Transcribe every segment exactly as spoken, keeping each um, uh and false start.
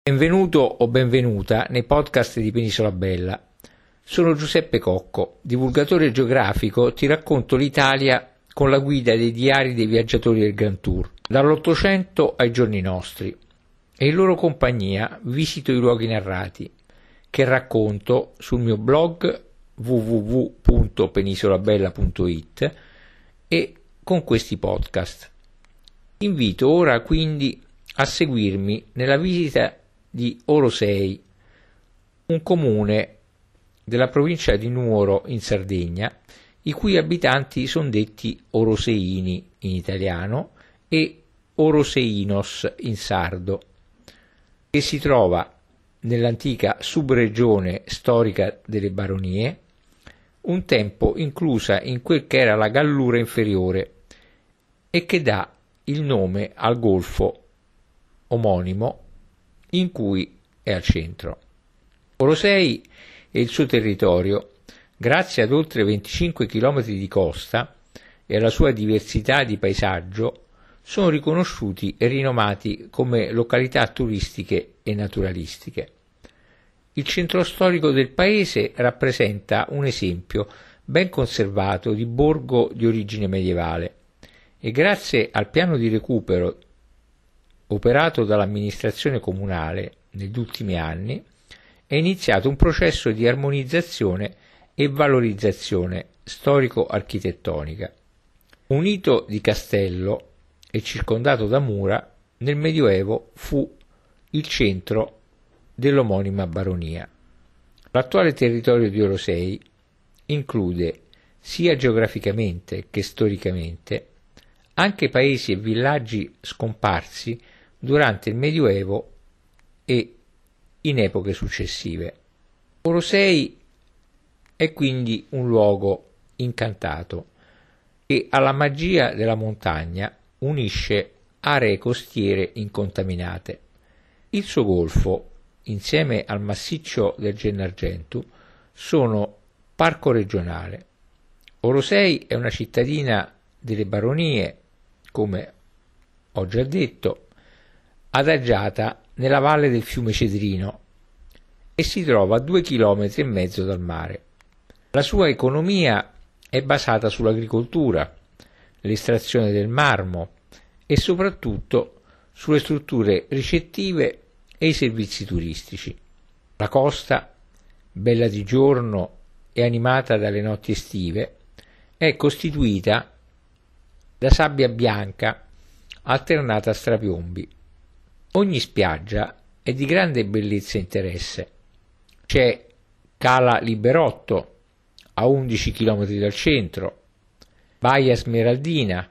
Benvenuto o benvenuta nei podcast di Penisola Bella. Sono Giuseppe Cocco, divulgatore geografico, ti racconto l'Italia con la guida dei diari dei viaggiatori del Grand Tour, dall'Ottocento ai giorni nostri, e in loro compagnia visito i luoghi narrati, che racconto sul mio blog w w w punto penisolabella punto i t e con questi podcast. Invito ora quindi a seguirmi nella visita di Orosei, un comune della provincia di Nuoro in Sardegna, i cui abitanti sono detti oroseini in italiano e oroseinos in sardo, che si trova nell'antica subregione storica delle Baronie, un tempo inclusa in quel che era la Gallura inferiore e che dà il nome al golfo omonimo in cui è al centro. Orosei e il suo territorio, grazie ad oltre venticinque chilometri di costa e alla sua diversità di paesaggio, sono riconosciuti e rinomati come località turistiche e naturalistiche. Il centro storico del paese rappresenta un esempio ben conservato di borgo di origine medievale e grazie al piano di recupero operato dall'amministrazione comunale negli ultimi anni è iniziato un processo di armonizzazione e valorizzazione storico-architettonica. Unito di castello e circondato da mura, nel Medioevo fu il centro dell'omonima baronia. L'attuale territorio di Orosei include, sia geograficamente che storicamente, anche paesi e villaggi scomparsi durante il Medioevo e in epoche successive. Orosei è quindi un luogo incantato che alla magia della montagna unisce aree costiere incontaminate. Il suo golfo, insieme al massiccio del Gennargentu, sono parco regionale. Orosei è una cittadina delle Baronie, come ho già detto, adagiata nella valle del fiume Cedrino e si trova a due chilometri e mezzo dal mare. La sua economia è basata sull'agricoltura, l'estrazione del marmo e soprattutto sulle strutture ricettive e i servizi turistici. La costa, bella di giorno e animata dalle notti estive, è costituita da sabbia bianca alternata a strapiombi. Ogni spiaggia è di grande bellezza e interesse. C'è Cala Liberotto, a undici chilometri dal centro, Baia Smeraldina,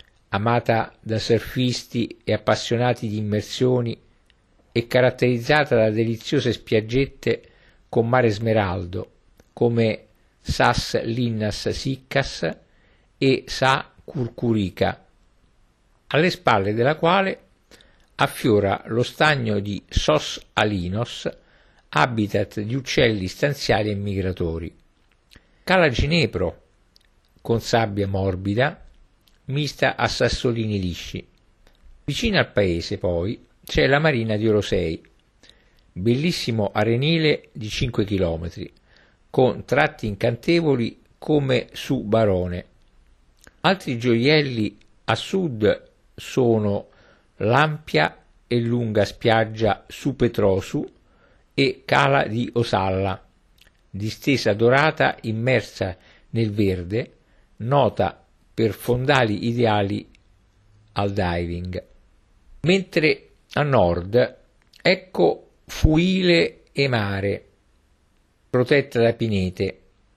amata da surfisti e appassionati di immersioni e caratterizzata da deliziose spiaggette con mare smeraldo, come Sas Linnas Siccas e Sa Curcurica, alle spalle della quale affiora lo stagno di Sos Alinos, habitat di uccelli stanziali e migratori. Cala Ginepro, con sabbia morbida, mista a sassolini lisci. Vicino al paese, poi, c'è la marina di Orosei, bellissimo arenile di cinque chilometri, con tratti incantevoli come su Barone. Altri gioielli a sud sono l'ampia e lunga spiaggia su Petrosu e Cala di Osalla, distesa dorata immersa nel verde, nota per fondali ideali al diving. Mentre a nord ecco Fuile e Mare, protetta da pinete,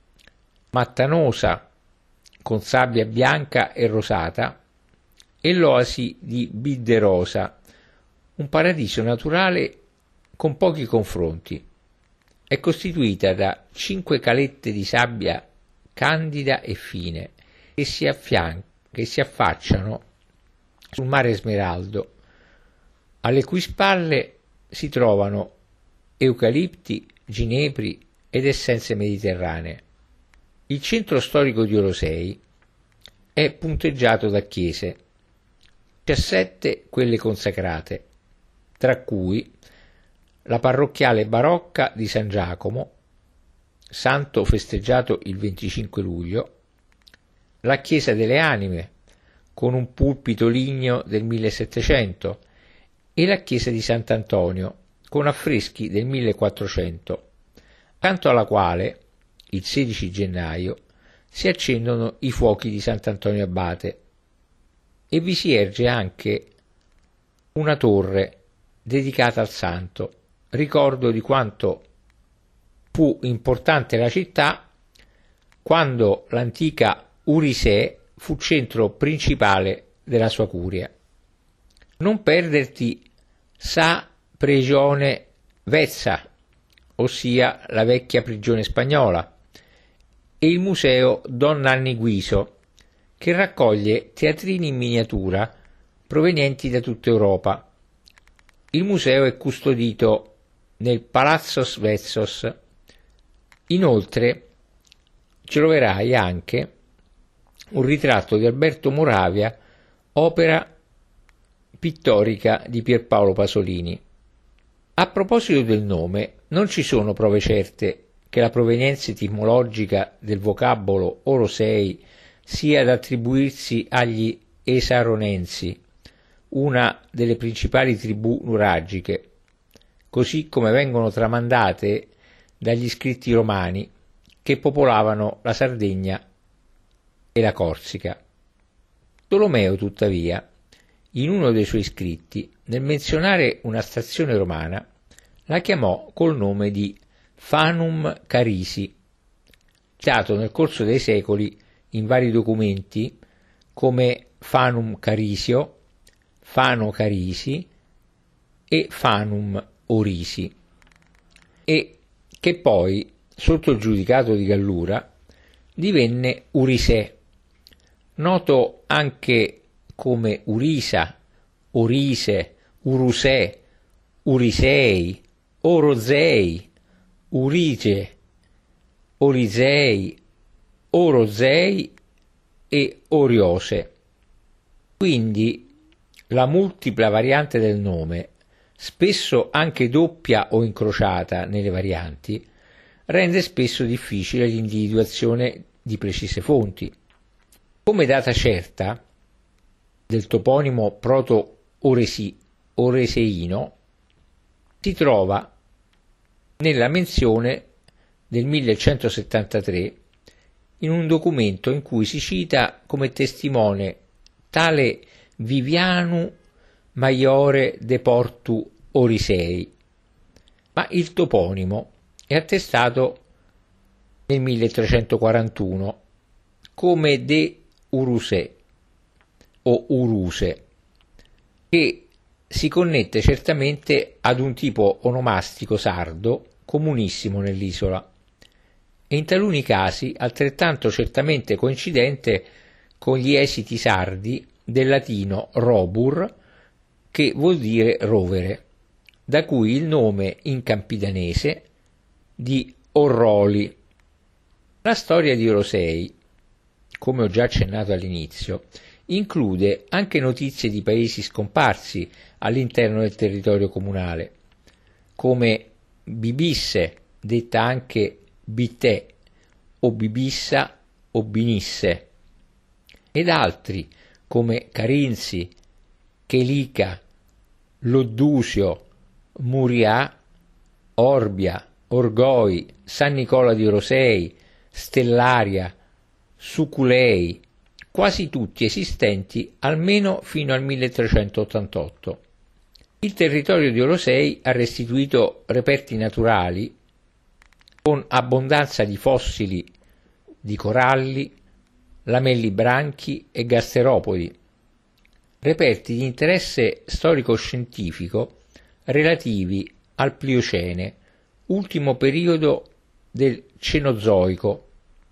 Mattanosa, con sabbia bianca e rosata, e l'oasi di Bidderosa, un paradiso naturale con pochi confronti. È costituita da cinque calette di sabbia candida e fine che si, affian- che si affacciano sul mare Smeraldo, alle cui spalle si trovano eucalipti, ginepri ed essenze mediterranee. Il centro storico di Orosei è punteggiato da chiese, diciassette quelle consacrate, tra cui la parrocchiale barocca di San Giacomo, santo festeggiato il venticinque luglio, la chiesa delle Anime, con un pulpito ligneo del millesettecento, e la chiesa di Sant'Antonio, con affreschi del millequattrocento, accanto alla quale, il sedici gennaio, si accendono i fuochi di Sant'Antonio Abate, e vi si erge anche una torre dedicata al santo, ricordo di quanto fu importante la città quando l'antica Urisè fu centro principale della sua curia. Non perderti Sa Prigione Vezza, ossia la vecchia prigione spagnola, e il museo Don Nanni Guiso, che raccoglie teatrini in miniatura provenienti da tutta Europa. Il museo è custodito nel Palazzos Vezos. Inoltre ci troverai anche un ritratto di Alberto Moravia, opera pittorica di Pierpaolo Pasolini. A proposito del nome, non ci sono prove certe che la provenienza etimologica del vocabolo Orosei sia da attribuirsi agli Esaronensi, una delle principali tribù nuragiche, così come vengono tramandate dagli scritti romani che popolavano la Sardegna e la Corsica. Tolomeo, tuttavia, in uno dei suoi scritti, nel menzionare una stazione romana, la chiamò col nome di Fanum Carisi, citato nel corso dei secoli in vari documenti come Fanum Carisio, Fano Carisi e Fanum Orisi, e che poi, sotto il giudicato di Gallura, divenne Urisè, noto anche come Urisa, Orise, Urusè, Urisei, Orozei, Urice, Orisei, Orozei e Oriose. Quindi la multipla variante del nome, spesso anche doppia o incrociata nelle varianti, rende spesso difficile l'individuazione di precise fonti. Come data certa del toponimo proto-oreseino si trova nella menzione del millecentosettantatré in un documento in cui si cita come testimone tale Vivianu Maiore de Portu Orisei, ma il toponimo è attestato nel milletrecentoquarantuno come de Urusè o Uruse, che si connette certamente ad un tipo onomastico sardo comunissimo nell'isola e in taluni casi altrettanto certamente coincidente con gli esiti sardi del latino robur, che vuol dire rovere, da cui il nome in campidanese di Orroli. La storia di Orosei, come ho già accennato all'inizio, include anche notizie di paesi scomparsi all'interno del territorio comunale, come Bibisse, detta anche Bitè, o Bibissa o Binisse, ed altri come Carinzi, Chelica, Loddusio, Murià, Orbia, Orgoi, San Nicola di Orosei, Stellaria, Suculei, quasi tutti esistenti almeno fino al milletrecentottantotto. Il territorio di Orosei ha restituito reperti naturali con abbondanza di fossili di coralli, lamelli branchi e gasteropodi, reperti di interesse storico-scientifico relativi al Pliocene, ultimo periodo del Cenozoico,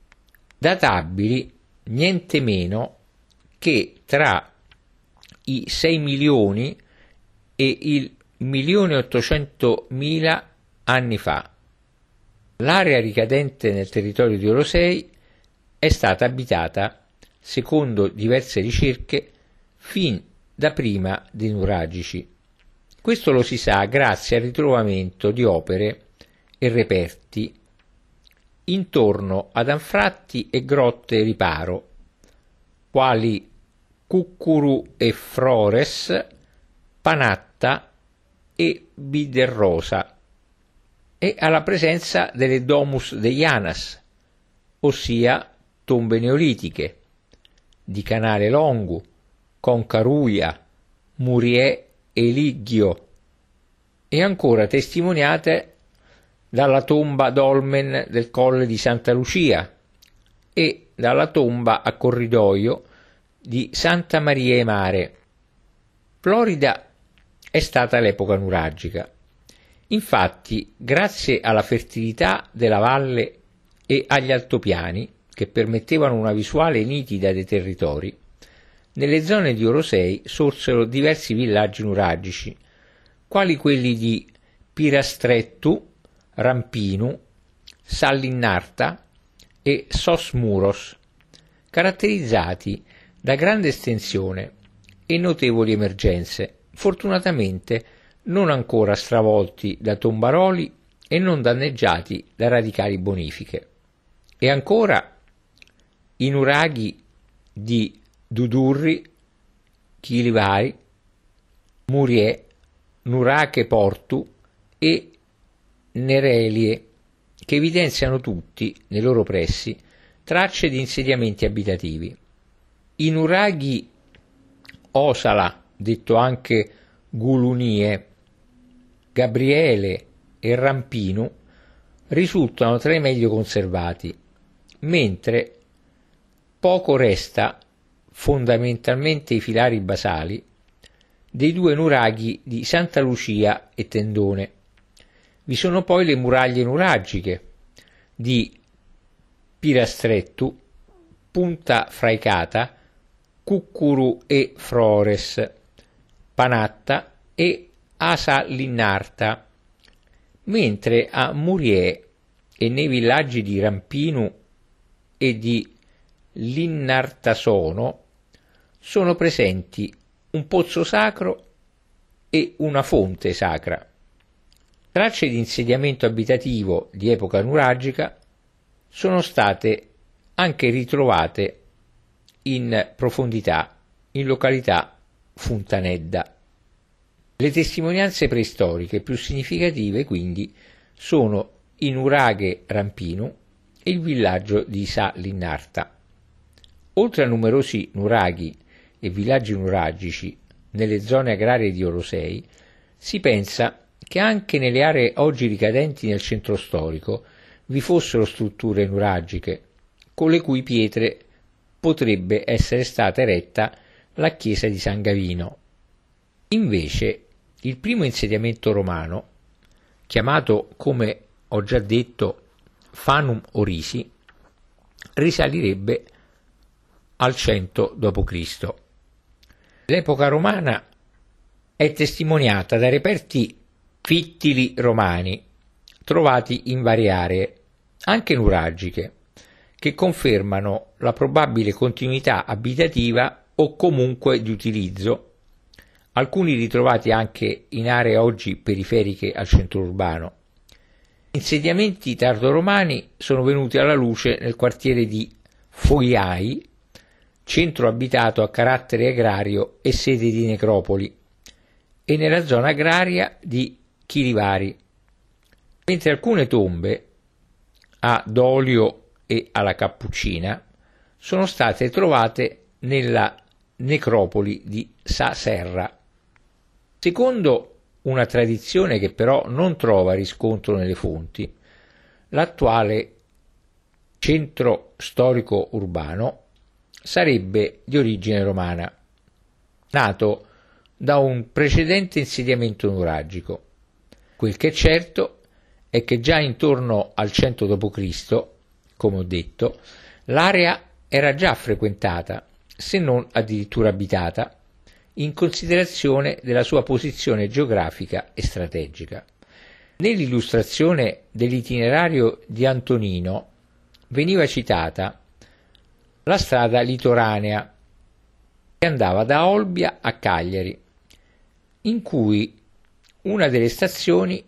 databili niente meno che tra i sei milioni e il milione ottocentomila anni fa. L'area ricadente nel territorio di Orosei è stata abitata, secondo diverse ricerche, fin da prima dei nuragici. Questo lo si sa grazie al ritrovamento di opere e reperti intorno ad anfratti e grotte riparo, quali Cuccuru e Frores, Panatta e Biderrosa, e alla presenza delle Domus Deianas, ossia tombe neolitiche, di Canale Longu, Concaruia, Murie e Liggio, e ancora testimoniate dalla tomba dolmen del Colle di Santa Lucia e dalla tomba a corridoio di Santa Maria Mare. Florida è stata l'epoca nuragica. Infatti, grazie alla fertilità della valle e agli altopiani, che permettevano una visuale nitida dei territori, nelle zone di Orosei sorsero diversi villaggi nuragici, quali quelli di Pirastrettu, Rampinu, Sallinnarta e Sosmuros, caratterizzati da grande estensione e notevoli emergenze, fortunatamente non ancora stravolti da tombaroli e non danneggiati da radicali bonifiche. E ancora i nuraghi di Dudurri, Chilivari, Murie, Nurache Portu e Nerelie, che evidenziano tutti, nei loro pressi, tracce di insediamenti abitativi. I nuraghi Osala, detto anche Gulunie, Gabriele e Rampinu, risultano tra i meglio conservati, mentre poco resta, fondamentalmente i filari basali, dei due nuraghi di Santa Lucia e Tendone. Vi sono poi le muraglie nuragiche di Pirastrettu, Punta Fraicata, Cuccuru e Frores, Panatta e Asa Linnarta, mentre a Murie e nei villaggi di Rampinu e di Linnartasono sono presenti un pozzo sacro e una fonte sacra. Tracce di insediamento abitativo di epoca nuragica sono state anche ritrovate in profondità in località Funtanedda. Le testimonianze preistoriche più significative quindi sono i nuraghe Rampinu e il villaggio di Sa Linnarta. Oltre a numerosi nuraghi e villaggi nuragici nelle zone agrarie di Orosei, si pensa che anche nelle aree oggi ricadenti nel centro storico vi fossero strutture nuragiche, con le cui pietre potrebbe essere stata eretta la chiesa di San Gavino. Invece, il primo insediamento romano, chiamato, come ho già detto, Fanum Orisi, risalirebbe al cento dopo Cristo. L'epoca romana è testimoniata da reperti fittili romani trovati in varie aree, anche nuragiche, che confermano la probabile continuità abitativa o comunque di utilizzo, alcuni ritrovati anche in aree oggi periferiche al centro urbano. Insediamenti tardoromani sono venuti alla luce nel quartiere di Foiai, centro abitato a carattere agrario e sede di necropoli, e nella zona agraria di Chilivari, mentre alcune tombe a Dolio e alla Cappuccina sono state trovate nella necropoli di Sa Serra. Secondo una tradizione che però non trova riscontro nelle fonti, l'attuale centro storico urbano sarebbe di origine romana, nato da un precedente insediamento nuragico. Quel che è certo è che già intorno al cento dopo Cristo, come ho detto, l'area era già frequentata, se non addirittura abitata, in considerazione della sua posizione geografica e strategica. Nell'illustrazione dell'itinerario di Antonino veniva citata la strada litoranea che andava da Olbia a Cagliari, in cui Una delle stazioni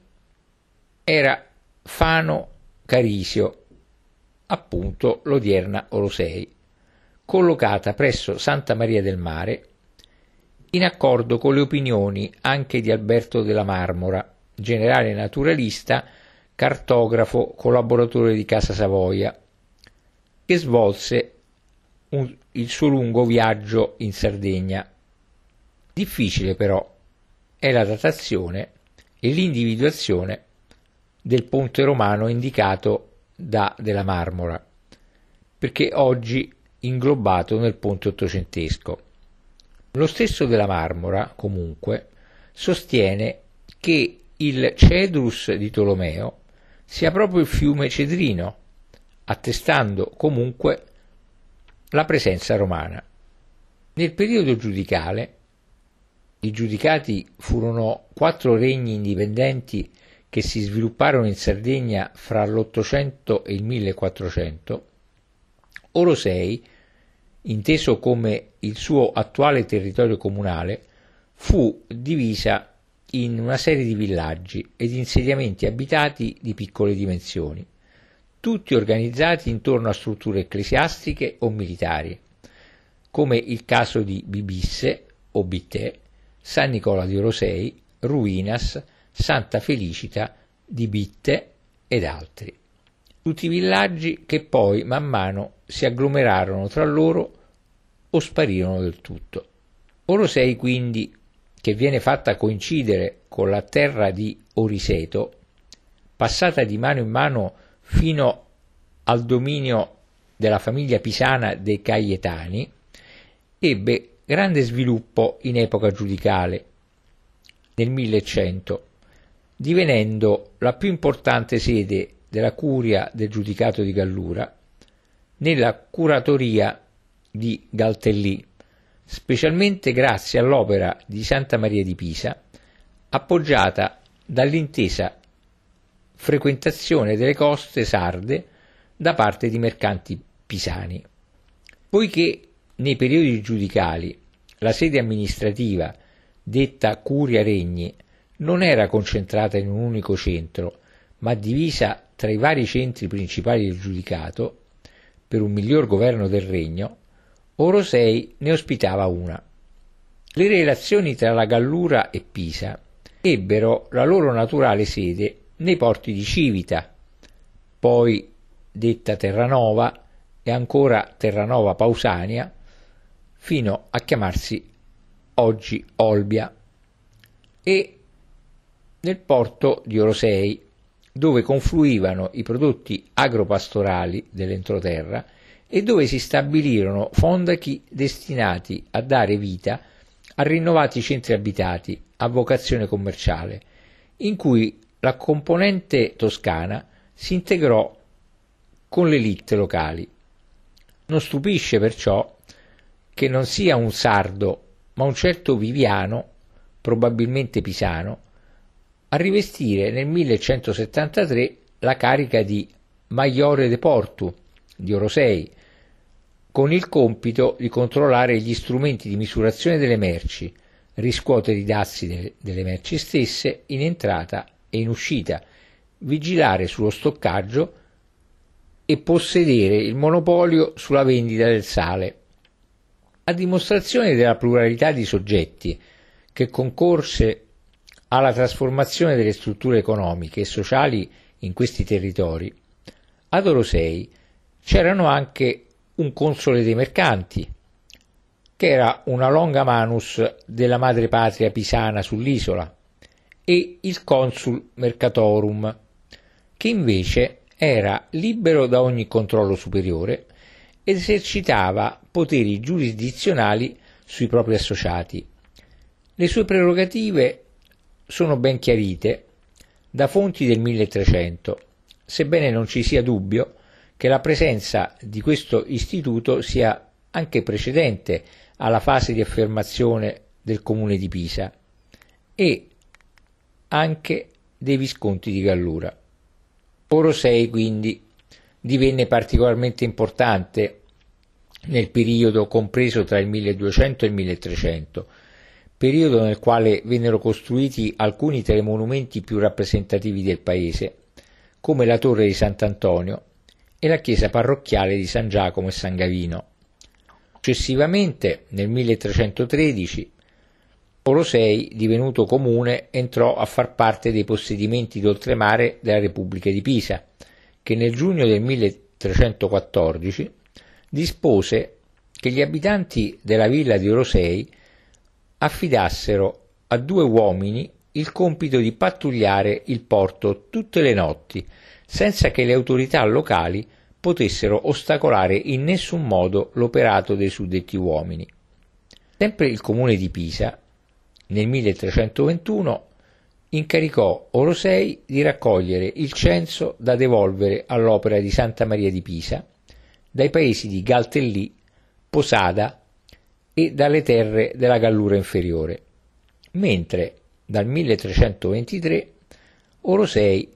era Fano Carisio, appunto l'odierna Orosei, collocata presso Santa Maria del Mare, in accordo con le opinioni anche di Alberto della Marmora, generale naturalista, cartografo, collaboratore di Casa Savoia, che svolse un, il suo lungo viaggio in Sardegna. Difficile però è la datazione e l'individuazione del ponte romano indicato da della Marmora, perché oggi inglobato nel ponte ottocentesco. Lo stesso della Marmora, comunque, sostiene che il Cedrus di Tolomeo sia proprio il fiume Cedrino, attestando comunque la presenza romana. Nel periodo giudicale, i giudicati furono quattro regni indipendenti che si svilupparono in Sardegna fra l'Ottocento e il millequattrocento. Orosei, inteso come il suo attuale territorio comunale, fu divisa in una serie di villaggi ed insediamenti abitati di piccole dimensioni, tutti organizzati intorno a strutture ecclesiastiche o militari, come il caso di Bibisse o Bittè, San Nicola di Orosei, Ruinas, Santa Felicita di Bitte ed altri. Tutti villaggi che poi man mano si agglomerarono tra loro o sparirono del tutto. Orosei, quindi, che viene fatta coincidere con la terra di Oriseto, passata di mano in mano fino al dominio della famiglia pisana dei Caietani, ebbe grande sviluppo in epoca giudicale, nel millecento, divenendo la più importante sede della curia del giudicato di Gallura, nella curatoria di Galtellì, specialmente grazie all'opera di Santa Maria di Pisa, appoggiata dall'intesa frequentazione delle coste sarde da parte di mercanti pisani. Poiché nei periodi giudicali la sede amministrativa, detta Curia Regni, non era concentrata in un unico centro, ma divisa tra i vari centri principali del giudicato, per un miglior governo del regno, Orosei ne ospitava una. Le relazioni tra la Gallura e Pisa ebbero la loro naturale sede nei porti di Civita, poi detta Terranova e ancora Terranova Pausania, fino a chiamarsi oggi Olbia, e nel porto di Orosei, dove confluivano i prodotti agropastorali dell'entroterra e dove si stabilirono fondachi destinati a dare vita a rinnovati centri abitati a vocazione commerciale, in cui la componente toscana si integrò con le elite locali. Non stupisce perciò che non sia un sardo, ma un certo Viviano, probabilmente pisano, a rivestire nel millecentosettantatré la carica di Maiore de Portu di Orosei, con il compito di controllare gli strumenti di misurazione delle merci, riscuotere i dazi delle, delle merci stesse in entrata e in uscita, vigilare sullo stoccaggio e possedere il monopolio sulla vendita del sale. A dimostrazione della pluralità di soggetti che concorse alla trasformazione delle strutture economiche e sociali in questi territori, ad Orosei c'erano anche un console dei mercanti, che era una longa manus della madrepatria pisana sull'isola, e il consul mercatorum, che invece era libero da ogni controllo superiore ed esercitava poteri giurisdizionali sui propri associati. Le sue prerogative sono ben chiarite da fonti del milletrecento, sebbene non ci sia dubbio che la presenza di questo istituto sia anche precedente alla fase di affermazione del comune di Pisa e anche dei visconti di Gallura. Orosei quindi divenne particolarmente importante nel periodo compreso tra il milleduecento e il milletrecento, periodo nel quale vennero costruiti alcuni tra i monumenti più rappresentativi del paese, come la Torre di Sant'Antonio e la chiesa parrocchiale di San Giacomo e San Gavino. Successivamente, nel milletrecentotredici, Orosei, divenuto comune, entrò a far parte dei possedimenti d'oltremare della Repubblica di Pisa, che nel giugno del milletrecentoquattordici dispose che gli abitanti della villa di Orosei affidassero a due uomini il compito di pattugliare il porto tutte le notti, senza che le autorità locali potessero ostacolare in nessun modo l'operato dei suddetti uomini. Sempre il comune di Pisa, nel milletrecentoventuno, incaricò Orosei di raccogliere il censo da devolvere all'Opera di Santa Maria di Pisa dai paesi di Galtellì, Posada e dalle terre della Gallura inferiore, mentre dal milletrecentoventitré Orosei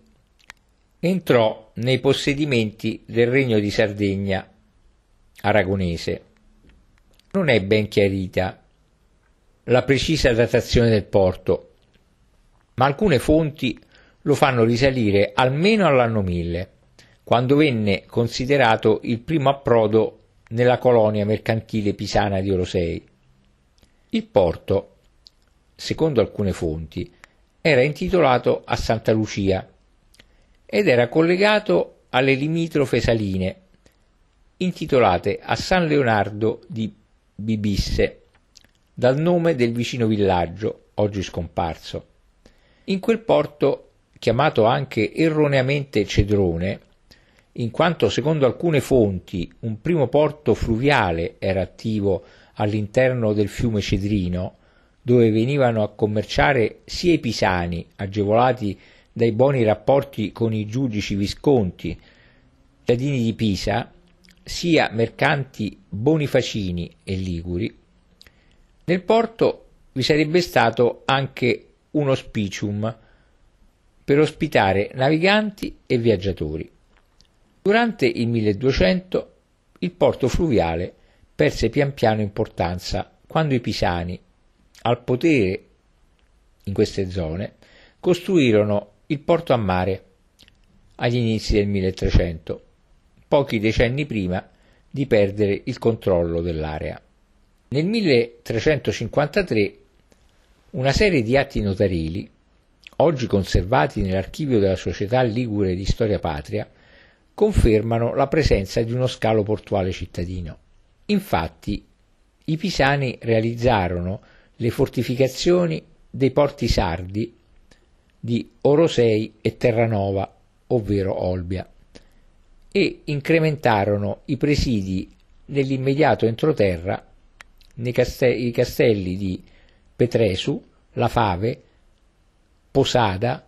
entrò nei possedimenti del Regno di Sardegna aragonese. Non è ben chiarita la precisa datazione del porto, ma alcune fonti lo fanno risalire almeno all'anno mille, quando venne considerato il primo approdo nella colonia mercantile pisana di Orosei. Il porto, secondo alcune fonti, era intitolato a Santa Lucia ed era collegato alle limitrofe saline, intitolate a San Leonardo di Bibisse, dal nome del vicino villaggio, oggi scomparso. In quel porto, chiamato anche erroneamente Cedrone, in quanto secondo alcune fonti un primo porto fluviale era attivo all'interno del fiume Cedrino, dove venivano a commerciare sia i pisani, agevolati dai buoni rapporti con i giudici visconti, cittadini di Pisa, sia mercanti bonifacini e liguri. Nel porto vi sarebbe stato anche un hospitium per ospitare naviganti e viaggiatori. Durante il milleduecento il porto fluviale perse pian piano importanza quando i pisani, al potere in queste zone, costruirono il porto a mare agli inizi del milletrecento, pochi decenni prima di perdere il controllo dell'area. Nel milletrecentocinquantatré una serie di atti notarili, oggi conservati nell'archivio della Società Ligure di Storia Patria, confermano la presenza di uno scalo portuale cittadino. Infatti, i pisani realizzarono le fortificazioni dei porti sardi di Orosei e Terranova, ovvero Olbia, e incrementarono i presidi nell'immediato entroterra nei castelli, castelli di Petresu, La Fave, Posada,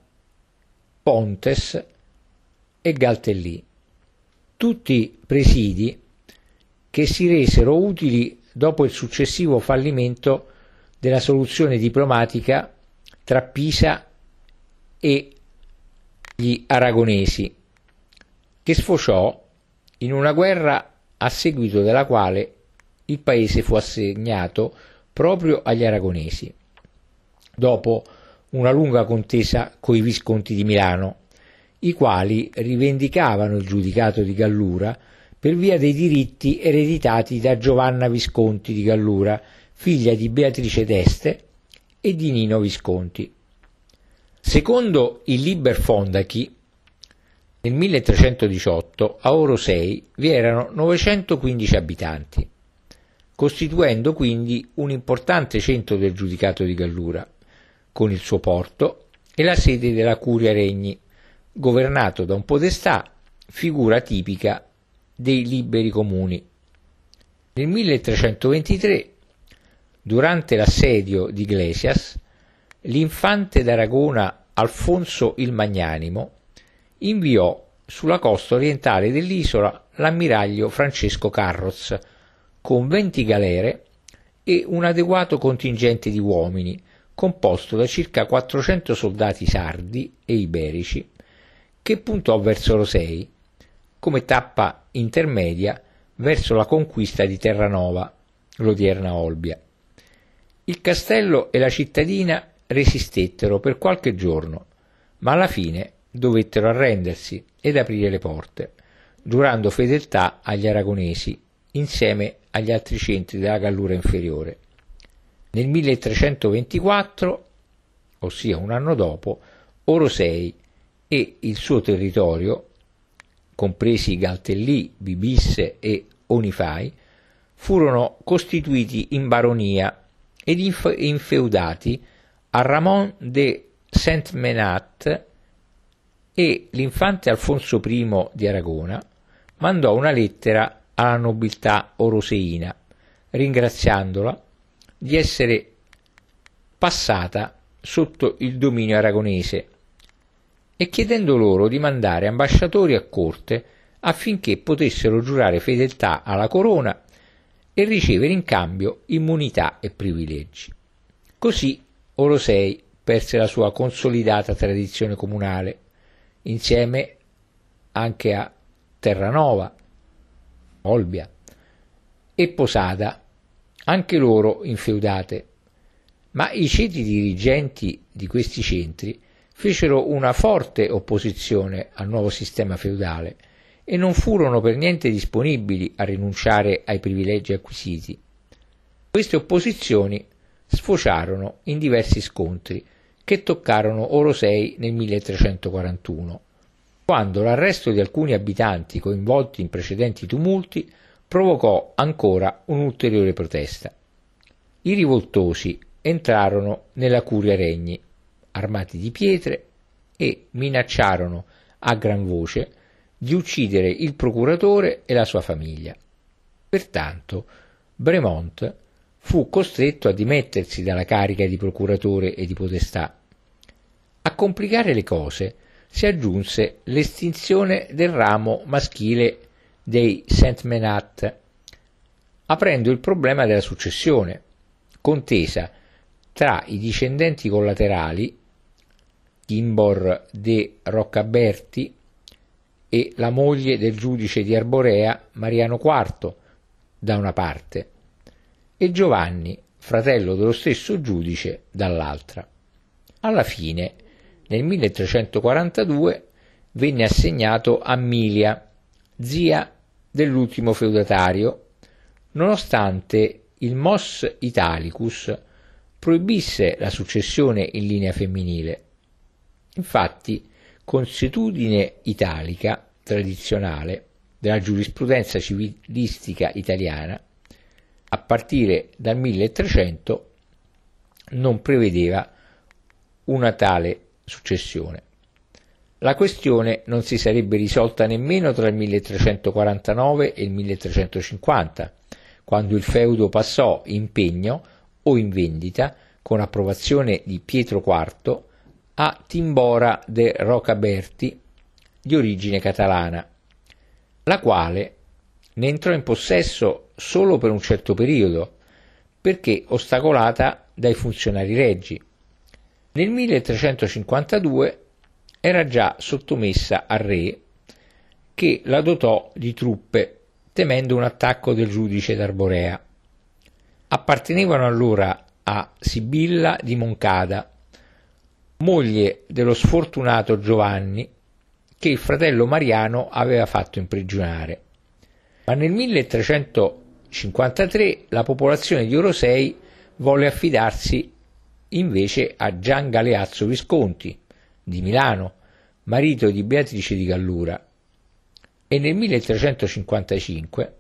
Pontes e Galtellì. Tutti presidi che si resero utili dopo il successivo fallimento della soluzione diplomatica tra Pisa e gli aragonesi, che sfociò in una guerra a seguito della quale il paese fu assegnato proprio agli aragonesi, dopo una lunga contesa coi Visconti di Milano, i quali rivendicavano il giudicato di Gallura per via dei diritti ereditati da Giovanna Visconti di Gallura, figlia di Beatrice d'Este e di Nino Visconti. Secondo il Liber Fondachi, nel milletrecentodiciotto a Orosei vi erano novecentoquindici abitanti, costituendo quindi un importante centro del giudicato di Gallura, con il suo porto e la sede della Curia Regni, governato da un podestà, figura tipica dei liberi comuni. Nel milletrecentoventitré, durante l'assedio di Iglesias, l'infante d'Aragona Alfonso il Magnanimo inviò sulla costa orientale dell'isola l'ammiraglio Francesco Carroz con venti galere e un adeguato contingente di uomini composto da circa quattrocento soldati sardi e iberici, che puntò verso Orosei come tappa intermedia verso la conquista di Terranova, l'odierna Olbia. Il castello e la cittadina resistettero per qualche giorno, ma alla fine dovettero arrendersi ed aprire le porte, giurando fedeltà agli aragonesi insieme agli altri centri della Gallura inferiore. Nel milletrecentoventiquattro, ossia un anno dopo, Orosei e il suo territorio, compresi Galtellì, Bibisse e Onifai, furono costituiti in baronia ed inf- infeudati a Ramon de Sentmenat, e l'infante Alfonso I di Aragona mandò una lettera alla nobiltà oroseina ringraziandola di essere passata sotto il dominio aragonese e chiedendo loro di mandare ambasciatori a corte affinché potessero giurare fedeltà alla corona e ricevere in cambio immunità e privilegi. Così Orosei perse la sua consolidata tradizione comunale, insieme anche a Terranova, Olbia e Posada, anche loro infeudate, ma i ceti dirigenti di questi centri fecero una forte opposizione al nuovo sistema feudale e non furono per niente disponibili a rinunciare ai privilegi acquisiti. Queste opposizioni sfociarono in diversi scontri che toccarono Orosei nel milletrecentoquarantuno, quando l'arresto di alcuni abitanti coinvolti in precedenti tumulti provocò ancora un'ulteriore protesta. I rivoltosi entrarono nella Curia Regni, armati di pietre, e minacciarono a gran voce di uccidere il procuratore e la sua famiglia. Pertanto Bremont fu costretto a dimettersi dalla carica di procuratore e di podestà. A complicare le cose si aggiunse l'estinzione del ramo maschile dei Sentmenat, aprendo il problema della successione, contesa tra i discendenti collaterali Gimbor de Roccaberti e la moglie del giudice di Arborea Mariano quarto da una parte e Giovanni, fratello dello stesso giudice, dall'altra. Alla fine, nel milletrecentoquarantadue, venne assegnato a Milia, zia dell'ultimo feudatario, nonostante il Mos Italicus proibisse la successione in linea femminile. Infatti, consuetudine italica tradizionale della giurisprudenza civilistica italiana, a partire dal milletrecento, non prevedeva una tale successione. La questione non si sarebbe risolta nemmeno tra il milletrecentoquarantanove e il milletrecentocinquanta, quando il feudo passò in pegno o in vendita, con approvazione di Pietro quarto, a Timbora de Rocaberti, di origine catalana, la quale ne entrò in possesso solo per un certo periodo, perché ostacolata dai funzionari reggi. Nel milletrecentocinquantadue era già sottomessa al re, che la dotò di truppe temendo un attacco del giudice d'Arborea. Appartenevano allora a Sibilla di Moncada, moglie dello sfortunato Giovanni, che il fratello Mariano aveva fatto imprigionare. Ma nel milletrecentocinquantatré la popolazione di Orosei volle affidarsi invece a Gian Galeazzo Visconti di Milano, marito di Beatrice di Gallura, e nel milletrecentocinquantacinque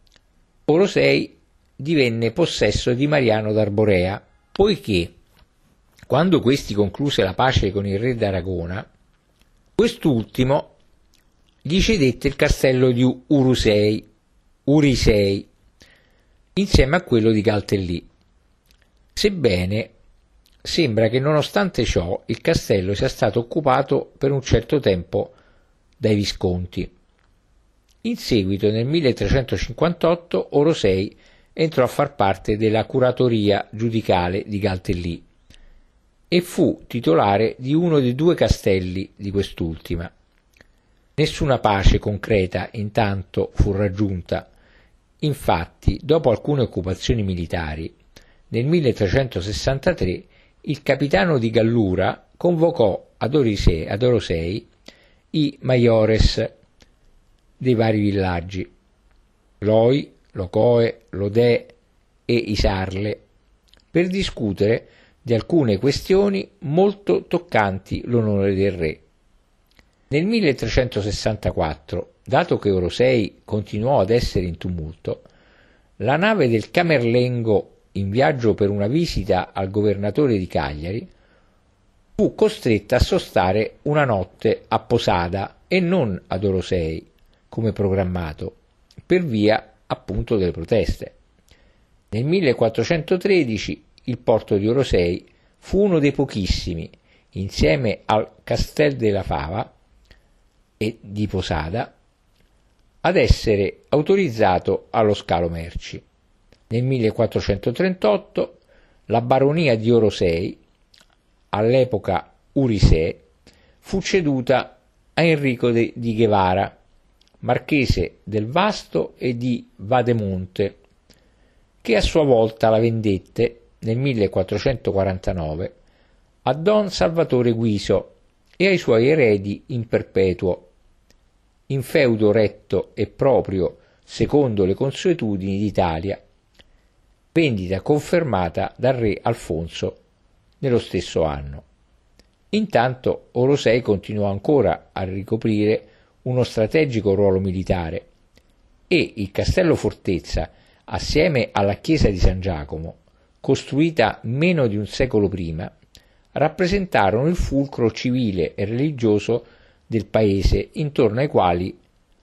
Orosei divenne possesso di Mariano d'Arborea, poiché quando questi concluse la pace con il re d'Aragona, quest'ultimo gli cedette il castello di Urusei, Urisei, insieme a quello di Galtellì, sebbene sembra che nonostante ciò il castello sia stato occupato per un certo tempo dai Visconti. In seguito, nel milletrecentocinquantotto, Orosei entrò a far parte della curatoria giudicale di Galtellì e fu titolare di uno dei due castelli di quest'ultima. Nessuna pace concreta intanto fu raggiunta. Infatti, dopo alcune occupazioni militari, nel milletrecentosessantatré il capitano di Gallura convocò ad, Orisei, ad Orosei i maiores dei vari villaggi, Loi, Locoe, Lodè e Isarle, per discutere di alcune questioni molto toccanti l'onore del re. Nel milletrecentosessantaquattro, dato che Orosei continuò ad essere in tumulto, la nave del Camerlengo, in viaggio per una visita al governatore di Cagliari, fu costretta a sostare una notte a Posada e non ad Orosei, come programmato, per via appunto delle proteste. Nel millequattrocentotredici il porto di Orosei fu uno dei pochissimi, insieme al Castel della Fava e di Posada, ad essere autorizzato allo scalo merci. Nel millequattrocentotrentotto la baronia di Orosei, all'epoca Urisè, fu ceduta a Enrico de, di Guevara, marchese del Vasto e di Vademonte, che a sua volta la vendette nel millequattrocentoquarantanove a Don Salvatore Guiso e ai suoi eredi in perpetuo, in feudo retto e proprio secondo le consuetudini d'Italia, vendita confermata dal re Alfonso nello stesso anno. Intanto Orosei continuò ancora a ricoprire uno strategico ruolo militare e il castello fortezza, assieme alla chiesa di San Giacomo, costruita meno di un secolo prima, rappresentarono il fulcro civile e religioso del paese, intorno ai quali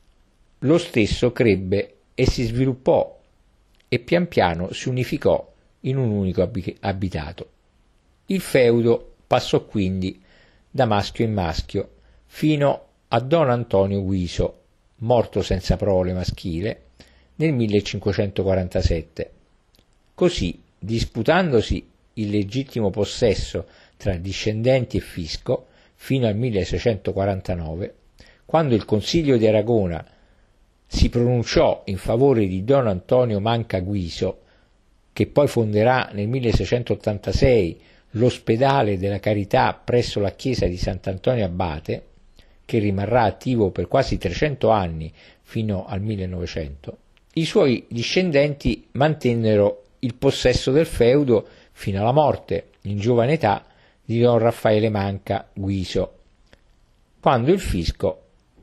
lo stesso crebbe e si sviluppò e pian piano si unificò in un unico abitato. Il feudo passò quindi da maschio in maschio fino a Don Antonio Guiso, morto senza prole maschile nel millecinquecentoquarantasette. Così, disputandosi il legittimo possesso tra discendenti e fisco fino al milleseicentoquarantanove, quando il Consiglio di Aragona si pronunciò in favore di Don Antonio Manca Guiso, che poi fonderà nel milleseicentottantasei l'ospedale della Carità presso la chiesa di Sant'Antonio Abate, che rimarrà attivo per quasi trecento anni fino al millenovecento, i suoi discendenti mantennero il possesso del feudo fino alla morte, in giovane età, di Don Raffaele Manca Guiso, quando il fisco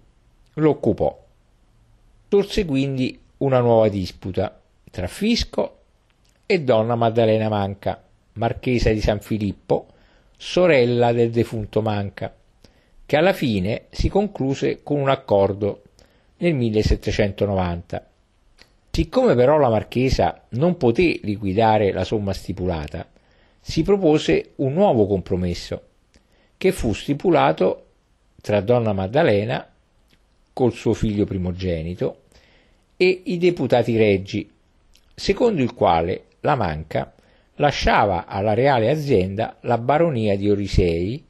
lo occupò. Sorse quindi una nuova disputa tra fisco e Donna Maddalena Manca, marchesa di San Filippo, sorella del defunto Manca, che alla fine si concluse con un accordo nel millesettecentonovanta. Siccome però la marchesa non poté liquidare la somma stipulata, si propose un nuovo compromesso, che fu stipulato tra Donna Maddalena col suo figlio primogenito e i deputati reggi, secondo il quale la Manca lasciava alla reale azienda la baronia di Orosei,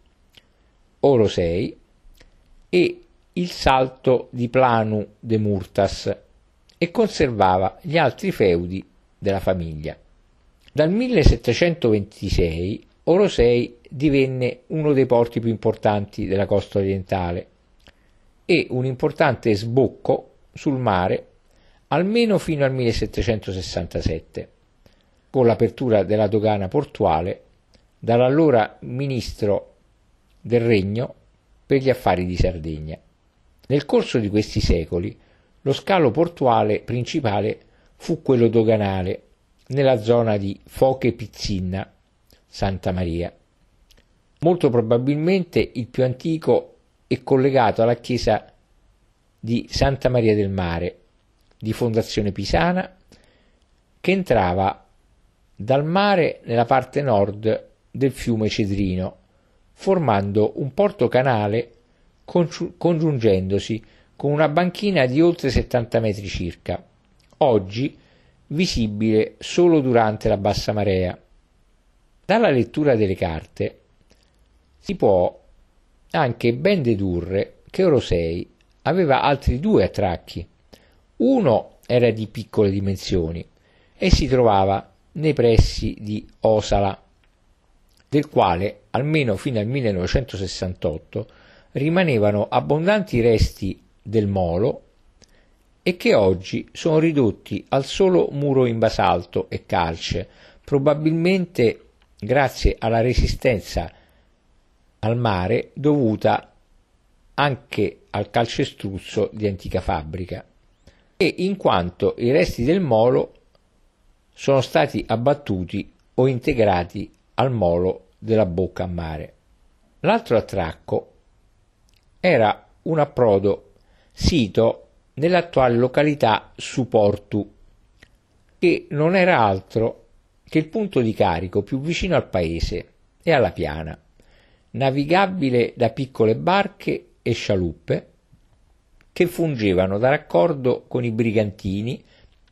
Orosei e il salto di Planu de Murtas e conservava gli altri feudi della famiglia. Dal millesettecentoventisei Orosei divenne uno dei porti più importanti della costa orientale e un importante sbocco sul mare almeno fino al millesettecentosessantasette, con l'apertura della dogana portuale dall'allora ministro del Regno per gli affari di Sardegna. Nel corso di questi secoli lo scalo portuale principale fu quello doganale nella zona di Foche Pizzinna, Santa Maria. Molto probabilmente il più antico è collegato alla chiesa di Santa Maria del Mare, di fondazione pisana, che entrava dal mare nella parte nord del fiume Cedrino, formando un porto canale congiungendosi con una banchina di oltre settanta metri circa, oggi visibile solo durante la bassa marea. Dalla lettura delle carte si può anche ben dedurre che Orosei aveva altri due attracchi. Uno era di piccole dimensioni e si trovava nei pressi di Osala, del quale almeno fino al millenovecentosessantotto rimanevano abbondanti resti del molo e che oggi sono ridotti al solo muro in basalto e calce, probabilmente grazie alla resistenza al mare dovuta anche al calcestruzzo di antica fabbrica, e in quanto i resti del molo sono stati abbattuti o integrati al molo della bocca a mare. L'altro attracco era un approdo sito nell'attuale località Suportu, che non era altro che il punto di carico più vicino al paese e alla piana, navigabile da piccole barche e scialuppe che fungevano da raccordo con i brigantini,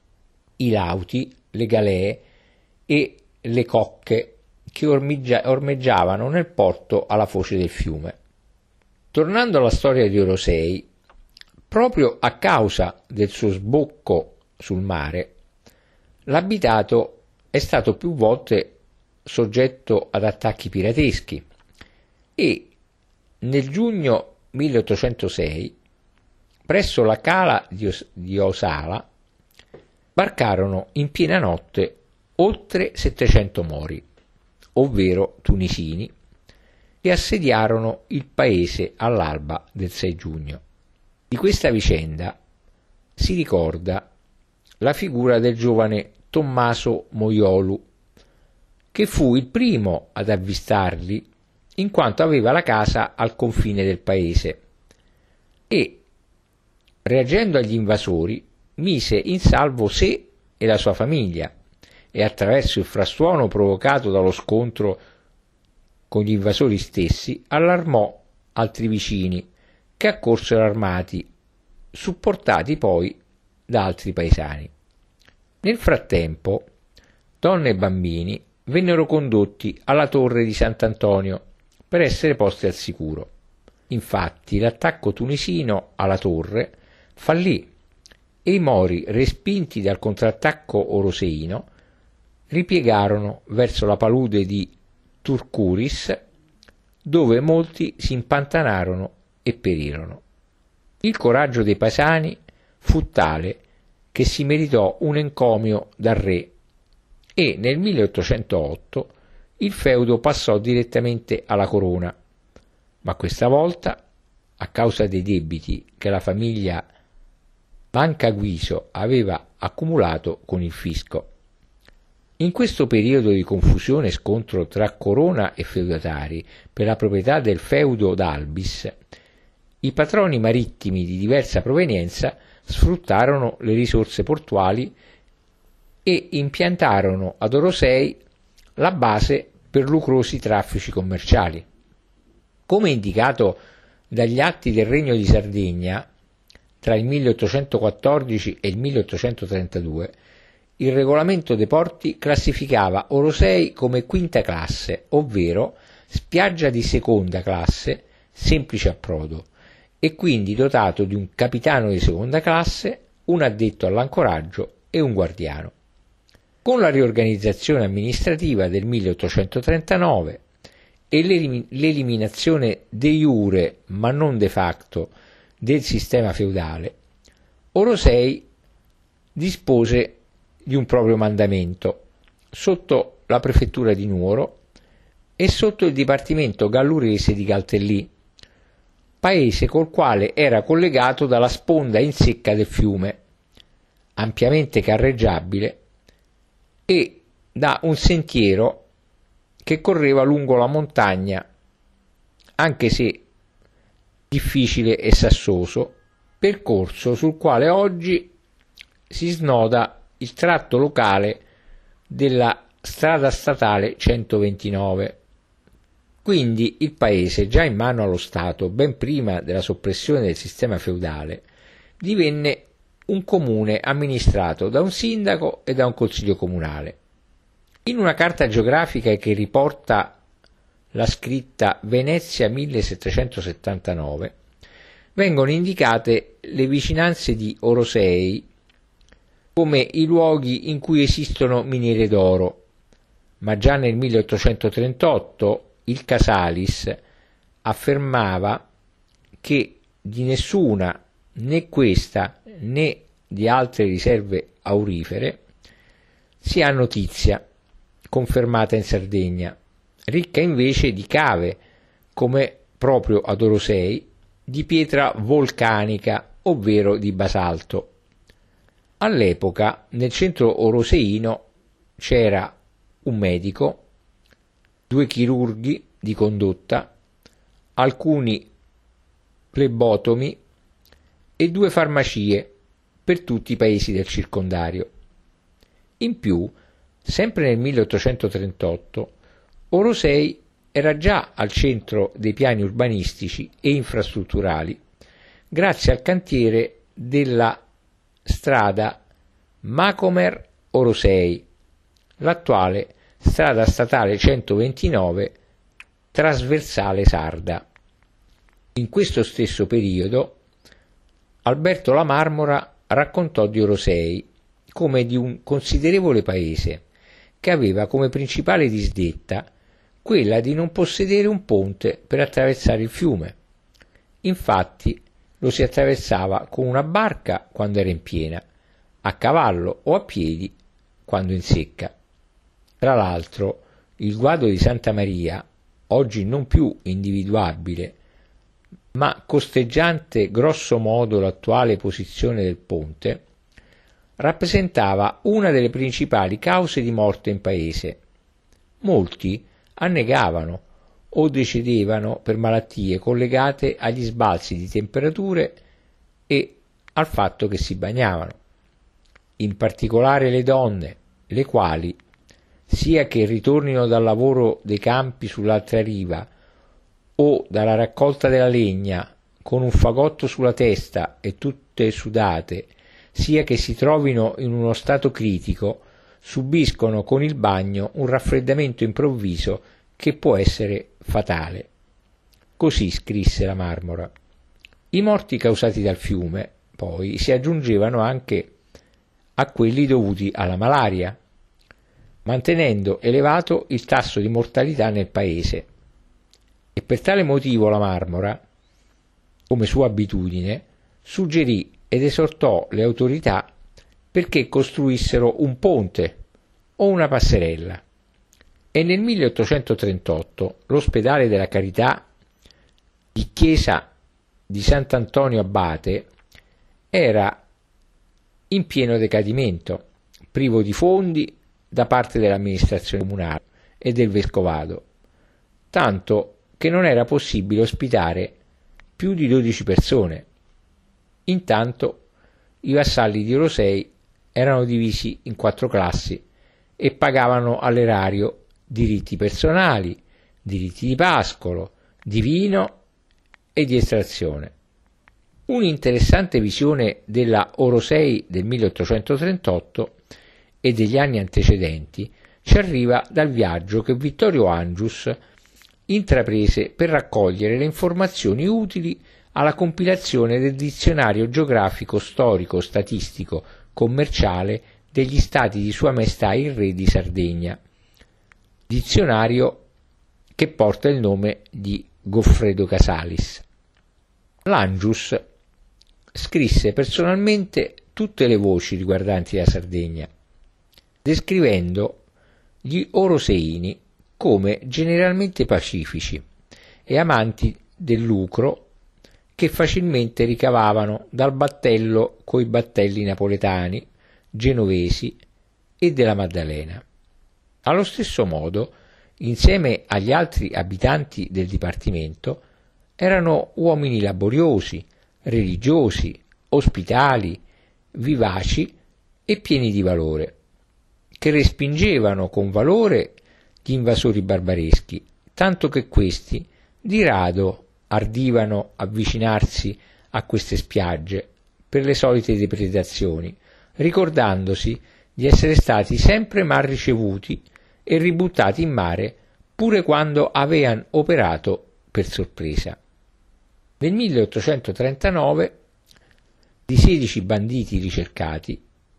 i lauti, le galee e le cocche che ormeggiavano nel porto alla foce del fiume. Tornando alla storia di Orosei, proprio a causa del suo sbocco sul mare, l'abitato è stato più volte soggetto ad attacchi pirateschi e nel giugno milleottocentosei, presso la cala di, Os- di Osala, barcarono in piena notte oltre settecento mori, ovvero tunisini, che assediarono il paese all'alba del sei giugno. Di questa vicenda si ricorda la figura del giovane Tommaso Moiolu, che fu il primo ad avvistarli in quanto aveva la casa al confine del paese e, reagendo agli invasori, mise in salvo sé e la sua famiglia e attraverso il frastuono provocato dallo scontro con gli invasori stessi allarmò altri vicini che accorsero armati, supportati poi da altri paesani. Nel frattempo, donne e bambini vennero condotti alla torre di Sant'Antonio per essere posti al sicuro. Infatti l'attacco tunisino alla torre fallì e i mori, respinti dal contrattacco oroseino, ripiegarono verso la palude di Turcuris, dove molti si impantanarono e perirono. Il coraggio dei paesani fu tale che si meritò un encomio dal re e nel milleottocentootto il feudo passò direttamente alla corona, ma questa volta, a causa dei debiti che la famiglia Bancaguiso aveva accumulato con il fisco. In questo periodo di confusione e scontro tra corona e feudatari per la proprietà del feudo d'Albis, i patroni marittimi di diversa provenienza sfruttarono le risorse portuali e impiantarono ad Orosei la base per lucrosi traffici commerciali. Come indicato dagli atti del Regno di Sardegna tra il milleottocentoquattordici e il milleottocentotrentadue, il regolamento dei porti classificava Orosei come quinta classe, ovvero spiaggia di seconda classe, semplice approdo, e quindi dotato di un capitano di seconda classe, un addetto all'ancoraggio e un guardiano. Con la riorganizzazione amministrativa del milleottocentotrentanove e l'eliminazione de iure ma non de facto del sistema feudale, Orosei dispose di un proprio mandamento sotto la prefettura di Nuoro e sotto il dipartimento gallurese di Galtellì, paese col quale era collegato dalla sponda in secca del fiume, ampiamente carreggiabile, e da un sentiero che correva lungo la montagna, anche se difficile e sassoso, percorso sul quale oggi si snoda il tratto locale della strada statale centoventinove. Quindi il paese, già in mano allo Stato ben prima della soppressione del sistema feudale, divenne un comune amministrato da un sindaco e da un consiglio comunale. In una carta geografica che riporta la scritta Venezia millesettecentosettantanove vengono indicate le vicinanze di Orosei come i luoghi in cui esistono miniere d'oro, ma già nel milleottocentotrentotto il Casalis affermava che di nessuna, né questa né di altre riserve aurifere, si ha notizia confermata in Sardegna, ricca invece di cave, come proprio ad Orosei, di pietra vulcanica, ovvero di basalto. All'epoca nel centro oroseino c'era un medico, due chirurghi di condotta, alcuni plebotomi e due farmacie per tutti i paesi del circondario. In più, sempre nel milleottocentotrentotto, Orosei era già al centro dei piani urbanistici e infrastrutturali grazie al cantiere della strada Macomer-Orosei, l'attuale strada statale centoventinove trasversale sarda. In questo stesso periodo Alberto La Marmora raccontò di Orosei come di un considerevole paese che aveva come principale disdetta quella di non possedere un ponte per attraversare il fiume. Infatti lo si attraversava con una barca quando era in piena, a cavallo o a piedi quando in secca. Tra l'altro, il guado di Santa Maria, oggi non più individuabile, ma costeggiante grosso modo l'attuale posizione del ponte, rappresentava una delle principali cause di morte in paese. Molti annegavano o decedevano per malattie collegate agli sbalzi di temperature e al fatto che si bagnavano. In particolare le donne, le quali, sia che ritornino dal lavoro dei campi sull'altra riva o dalla raccolta della legna con un fagotto sulla testa e tutte sudate, sia che si trovino in uno stato critico, subiscono con il bagno un raffreddamento improvviso che può essere fatale. Così scrisse La Marmora. I morti causati dal fiume, poi, si aggiungevano anche a quelli dovuti alla malaria, mantenendo elevato il tasso di mortalità nel paese. E per tale motivo La Marmora, come sua abitudine, suggerì ed esortò le autorità perché costruissero un ponte o una passerella. E nel milleottocentotrentotto l'ospedale della Carità di Chiesa di Sant'Antonio Abate era in pieno decadimento, privo di fondi da parte dell'amministrazione comunale e del vescovado, tanto che non era possibile ospitare più di dodici persone. Intanto i vassalli di Orosei erano divisi in quattro classi e pagavano all'erario diritti personali, diritti di pascolo, di vino e di estrazione. Un'interessante visione della Orosei del milleottocentotrentotto e degli anni antecedenti ci arriva dal viaggio che Vittorio Angius intraprese per raccogliere le informazioni utili alla compilazione del dizionario geografico storico statistico commerciale degli stati di Sua Maestà il Re di Sardegna, dizionario che porta il nome di Goffredo Casalis. L'Angius scrisse personalmente tutte le voci riguardanti la Sardegna, descrivendo gli oroseini come generalmente pacifici e amanti del lucro che facilmente ricavavano dal battello coi battelli napoletani, genovesi e della Maddalena. Allo stesso modo, insieme agli altri abitanti del dipartimento, erano uomini laboriosi, religiosi, ospitali, vivaci e pieni di valore, che respingevano con valore gli invasori barbareschi, tanto che questi di rado ardivano avvicinarsi a queste spiagge per le solite depredazioni, ricordandosi di essere stati sempre mal ricevuti e ributtati in mare pure quando avevano operato per sorpresa. Nel milleottocentotrentanove, di sedici banditi ricercati,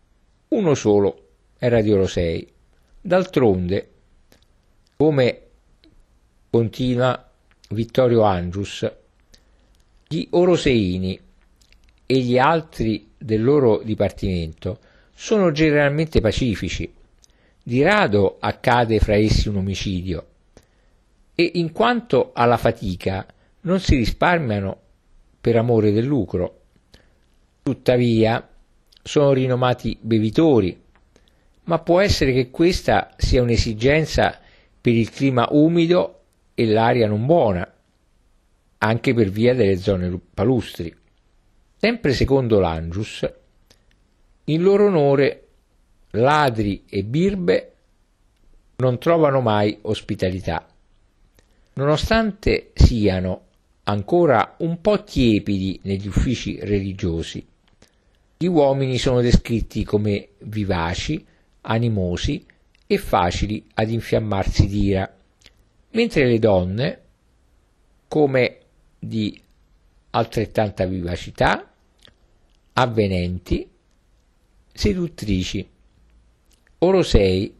uno solo era di Orosei. D'altronde, come continua Vittorio Angius, gli oroseini e gli altri del loro dipartimento sono generalmente pacifici, di rado accade fra essi un omicidio, e in quanto alla fatica non si risparmiano per amore del lucro. Tuttavia sono rinomati bevitori, ma può essere che questa sia un'esigenza per il clima umido e l'aria non buona, anche per via delle zone palustri. Sempre secondo l'Angius, in loro onore ladri e birbe non trovano mai ospitalità. Nonostante siano ancora un po' tiepidi negli uffici religiosi, gli uomini sono descritti come vivaci, animosi e facili ad infiammarsi d'ira, mentre le donne, come di altrettanta vivacità, avvenenti, seduttrici. Orosei,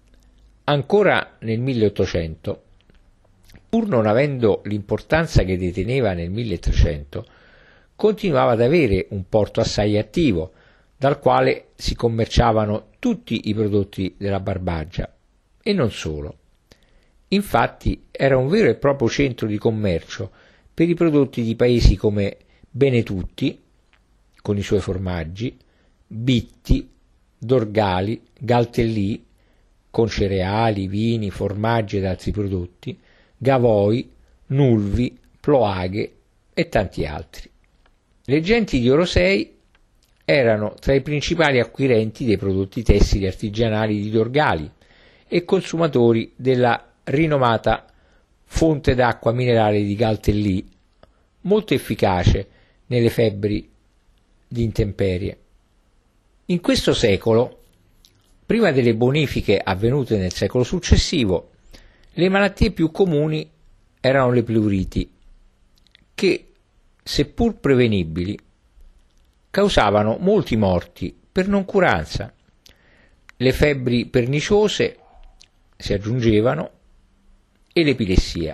ancora nel milleottocento, pur non avendo l'importanza che deteneva nel milletrecento, continuava ad avere un porto assai attivo, dal quale si commerciavano tutti i prodotti della Barbagia, e non solo. Infatti era un vero e proprio centro di commercio per i prodotti di paesi come Benetutti, con i suoi formaggi, Bitti, Dorgali, Galtellì, con cereali, vini, formaggi ed altri prodotti, Gavoi, Nulvi, Ploaghe e tanti altri. Le genti di Orosei erano tra i principali acquirenti dei prodotti tessili artigianali di Dorgali e consumatori della rinomata fonte d'acqua minerale di Galtellì, molto efficace nelle febbri di intemperie. In questo secolo, prima delle bonifiche avvenute nel secolo successivo, le malattie più comuni erano le pleuriti, che, seppur prevenibili, causavano molti morti per noncuranza. Le febbri perniciose si aggiungevano e l'epilessia.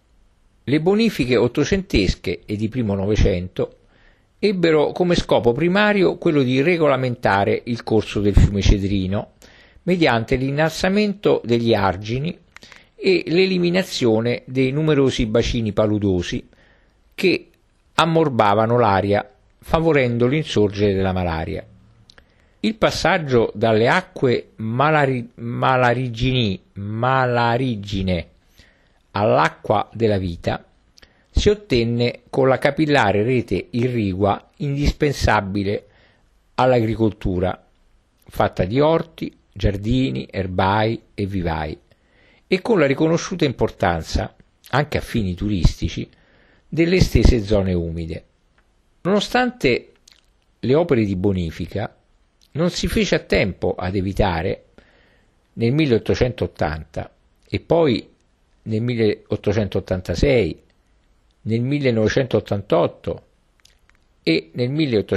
Le bonifiche ottocentesche e di primo Novecento ebbero come scopo primario quello di regolamentare il corso del fiume Cedrino mediante l'innalzamento degli argini e l'eliminazione dei numerosi bacini paludosi che ammorbavano l'aria, favorendo l'insorgere della malaria. Il passaggio dalle acque malari, malarigini, malarigine all'acqua della vita si ottenne con la capillare rete irrigua indispensabile all'agricoltura, fatta di orti, giardini, erbai e vivai, e con la riconosciuta importanza, anche a fini turistici, delle estese zone umide. Nonostante le opere di bonifica, non si fece a tempo ad evitare, nel milleottocentottanta e poi nel milleottocentottantasei, nel millenovecentottantotto e nel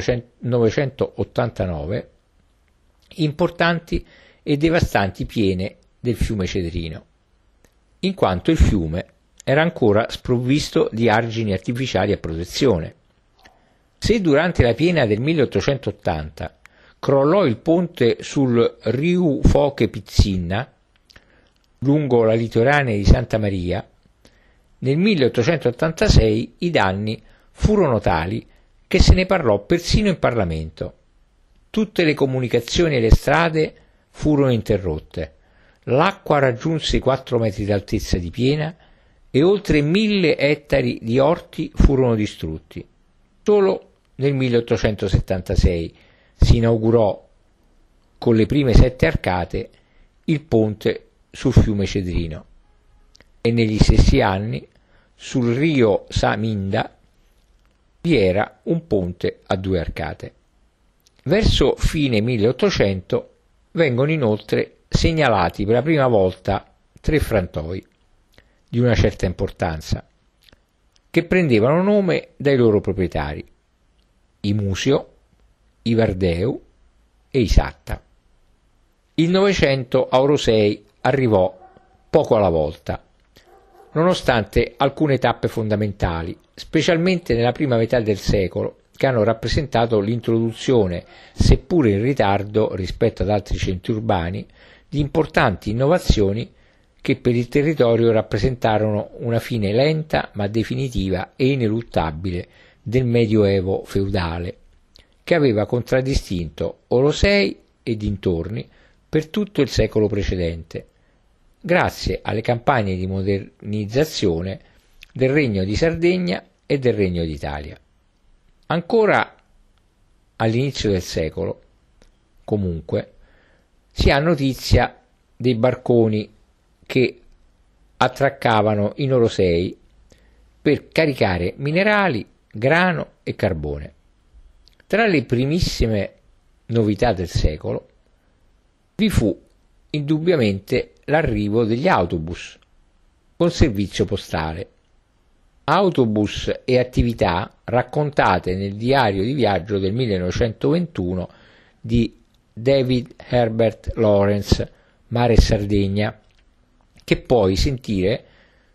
millenovecentottantanove, importanti e devastanti piene del fiume Cedrino, in quanto il fiume era ancora sprovvisto di argini artificiali a protezione. Se durante la piena del milleottocentottanta crollò il ponte sul Riu Foche Pizzinna, lungo la litoranea di Santa Maria, nel milleottocentottantasei i danni furono tali che se ne parlò persino in Parlamento. Tutte le comunicazioni e le strade furono interrotte, l'acqua raggiunse i quattro metri d'altezza di piena e oltre mille ettari di orti furono distrutti. Solo nel milleottocentosettantasei si inaugurò con le prime sette arcate il ponte sul fiume Cedrino e negli stessi anni sul Rio Saminda vi era un ponte a due arcate. Verso fine milleottocento vengono inoltre segnalati per la prima volta tre frantoi di una certa importanza che prendevano nome dai loro proprietari: i Musio, i Vardeu e i Satta. Il Novecento a Orosei arrivò poco alla volta, nonostante alcune tappe fondamentali, specialmente nella prima metà del secolo, che hanno rappresentato l'introduzione, seppure in ritardo rispetto ad altri centri urbani, di importanti innovazioni che per il territorio rappresentarono una fine lenta ma definitiva e ineluttabile del Medioevo feudale, che aveva contraddistinto Orosei e dintorni per tutto il secolo precedente, grazie alle campagne di modernizzazione del Regno di Sardegna e del Regno d'Italia. Ancora all'inizio del secolo, comunque, si ha notizia dei barconi che attraccavano in Orosei per caricare minerali, grano e carbone. Tra le primissime novità del secolo vi fu indubbiamente l'arrivo degli autobus con servizio postale. Autobus e attività raccontate nel diario di viaggio del millenovecentoventuno di David Herbert Lawrence, Mare e Sardegna, che puoi sentire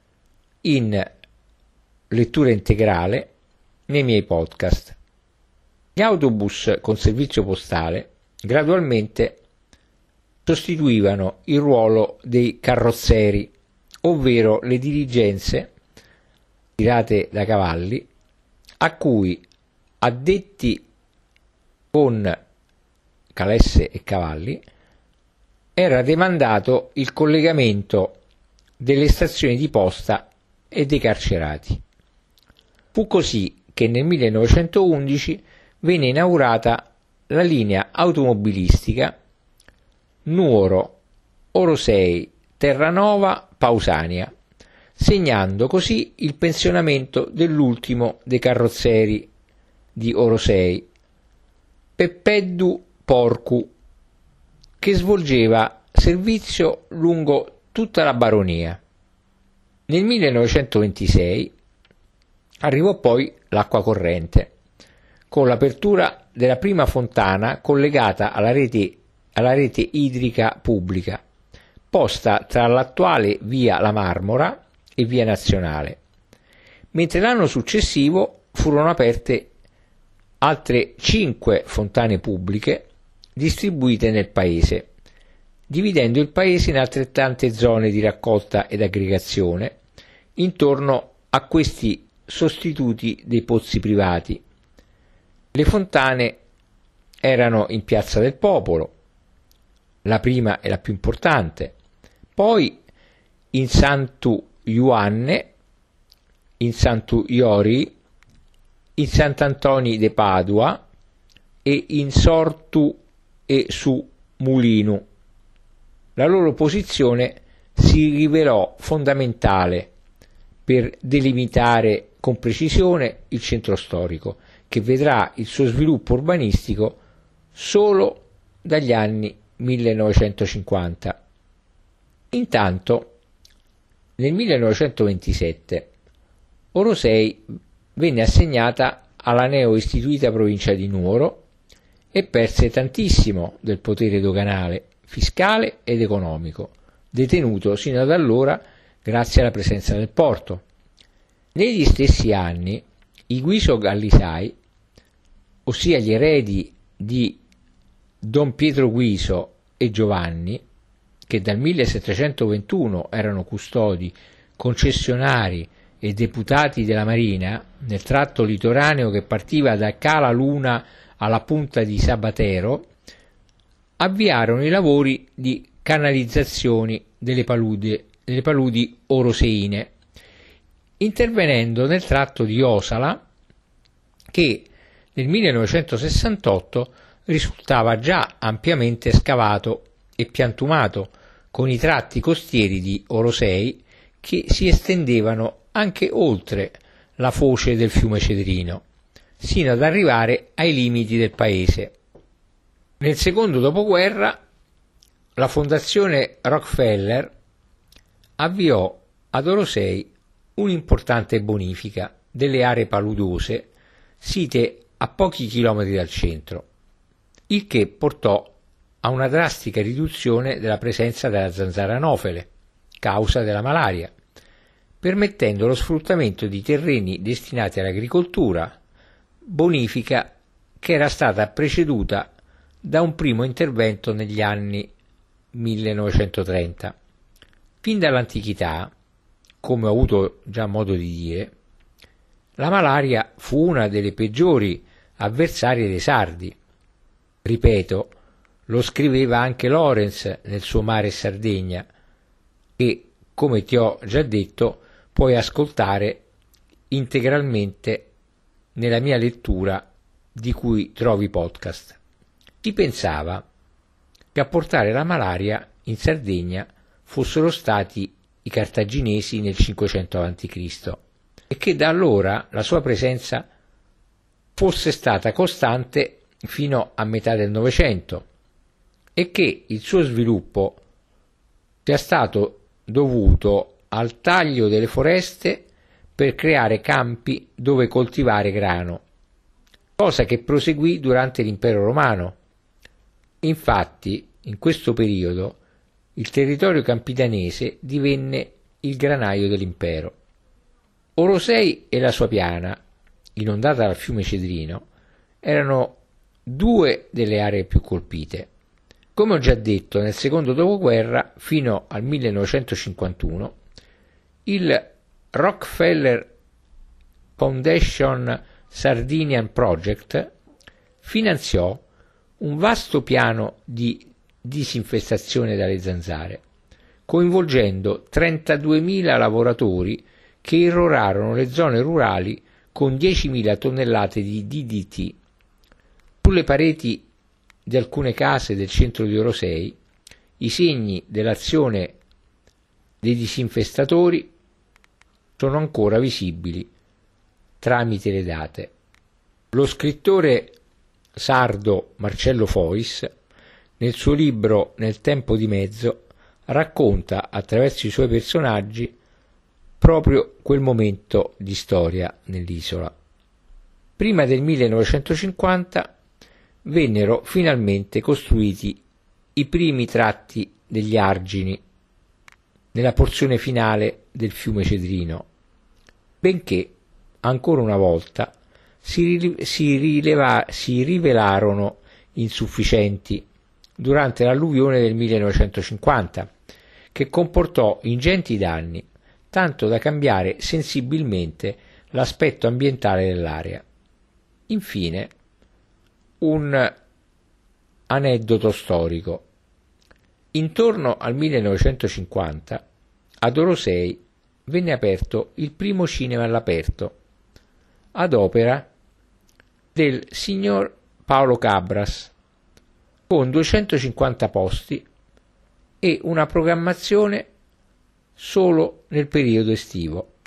in lettura integrale nei miei podcast. Gli autobus con servizio postale gradualmente sostituivano il ruolo dei carrozzeri, ovvero le diligenze tirate da cavalli, a cui addetti con calesse e cavalli era demandato il collegamento delle stazioni di posta e dei carcerati. Fu così che nel millenovecentoundici venne inaugurata la linea automobilistica Nuoro, Orosei, Terranova, Pausania, segnando così il pensionamento dell'ultimo dei carrozzeri di Orosei, Peppeddu Porcu, che svolgeva servizio lungo tutta la baronia. Nel millenovecentoventisei arrivò poi l'acqua corrente, con l'apertura della prima fontana collegata alla rete, alla rete idrica pubblica, posta tra l'attuale via La Marmora e via Nazionale, mentre l'anno successivo furono aperte altre cinque fontane pubbliche distribuite nel paese, dividendo il paese in altrettante zone di raccolta ed aggregazione intorno a questi sostituti dei pozzi privati. Le fontane erano in Piazza del Popolo, la prima e la più importante, poi in Santu Ioanne, in Santu Iori, in Sant'Antoni de Padua e in Sortu e su Mulinu. La loro posizione si rivelò fondamentale per delimitare con precisione il centro storico, che vedrà il suo sviluppo urbanistico solo dagli anni millenovecentocinquanta. Intanto, nel millenovecentoventisette, Orosei venne assegnata alla neo-istituita provincia di Nuoro e perse tantissimo del potere doganale, fiscale ed economico, detenuto sino ad allora grazie alla presenza del porto. Negli stessi anni, i Guiso Gallisai, ossia gli eredi di Don Pietro Guiso e Giovanni, che dal millesettecentoventuno erano custodi, concessionari e deputati della Marina nel tratto litoraneo che partiva da Cala Luna alla punta di Sabatero, avviarono i lavori di canalizzazione delle paludi, delle paludi oroseine, intervenendo nel tratto di Osala che nel millenovecentosessantotto risultava già ampiamente scavato e piantumato, con i tratti costieri di Orosei che si estendevano anche oltre la foce del fiume Cedrino, sino ad arrivare ai limiti del paese. Nel secondo dopoguerra la Fondazione Rockefeller avviò ad Orosei un'importante bonifica delle aree paludose site a pochi chilometri dal centro, il che portò a una drastica riduzione della presenza della zanzara anofele, causa della malaria, permettendo lo sfruttamento di terreni destinati all'agricoltura, bonifica che era stata preceduta da un primo intervento negli anni millenovecentotrenta. Fin dall'antichità, come ho avuto già modo di dire, la malaria fu una delle peggiori avversarie dei sardi. Ripeto, lo scriveva anche Lorenz nel suo Mare e Sardegna, e, come ti ho già detto, puoi ascoltare integralmente nella mia lettura di cui trovi podcast. Si pensava che a portare la malaria in Sardegna fossero stati i cartaginesi nel cinquecento avanti Cristo e che da allora la sua presenza fosse stata costante fino a metà del Novecento e che il suo sviluppo sia stato dovuto al taglio delle foreste per creare campi dove coltivare grano, cosa che proseguì durante l'impero romano. Infatti, in questo periodo, il territorio campidanese divenne il granaio dell'impero. Orosei e la sua piana, inondata dal fiume Cedrino, erano due delle aree più colpite. Come ho già detto, nel secondo dopoguerra, fino al millenovecentocinquantuno, il Rockefeller Foundation Sardinian Project finanziò un vasto piano di disinfestazione dalle zanzare, coinvolgendo trentaduemila lavoratori che irrorarono le zone rurali con diecimila tonnellate di D D T. Sulle pareti di alcune case del centro di Orosei i segni dell'azione dei disinfestatori sono ancora visibili tramite le date. Lo scrittore sardo Marcello Fois, nel suo libro Nel tempo di mezzo, racconta attraverso i suoi personaggi proprio quel momento di storia nell'isola. Prima del millenovecentocinquanta vennero finalmente costruiti i primi tratti degli argini nella porzione finale del fiume Cedrino, benché ancora una volta si, rile- si, rileva- si rivelarono insufficienti durante l'alluvione del millenovecentocinquanta, che comportò ingenti danni, tanto da cambiare sensibilmente l'aspetto ambientale dell'area. Infine, un aneddoto storico. Intorno al millenovecentocinquanta ad Orosei venne aperto il primo cinema all'aperto, ad opera del signor Paolo Cabras, con duecentocinquanta posti e una programmazione solo nel periodo estivo.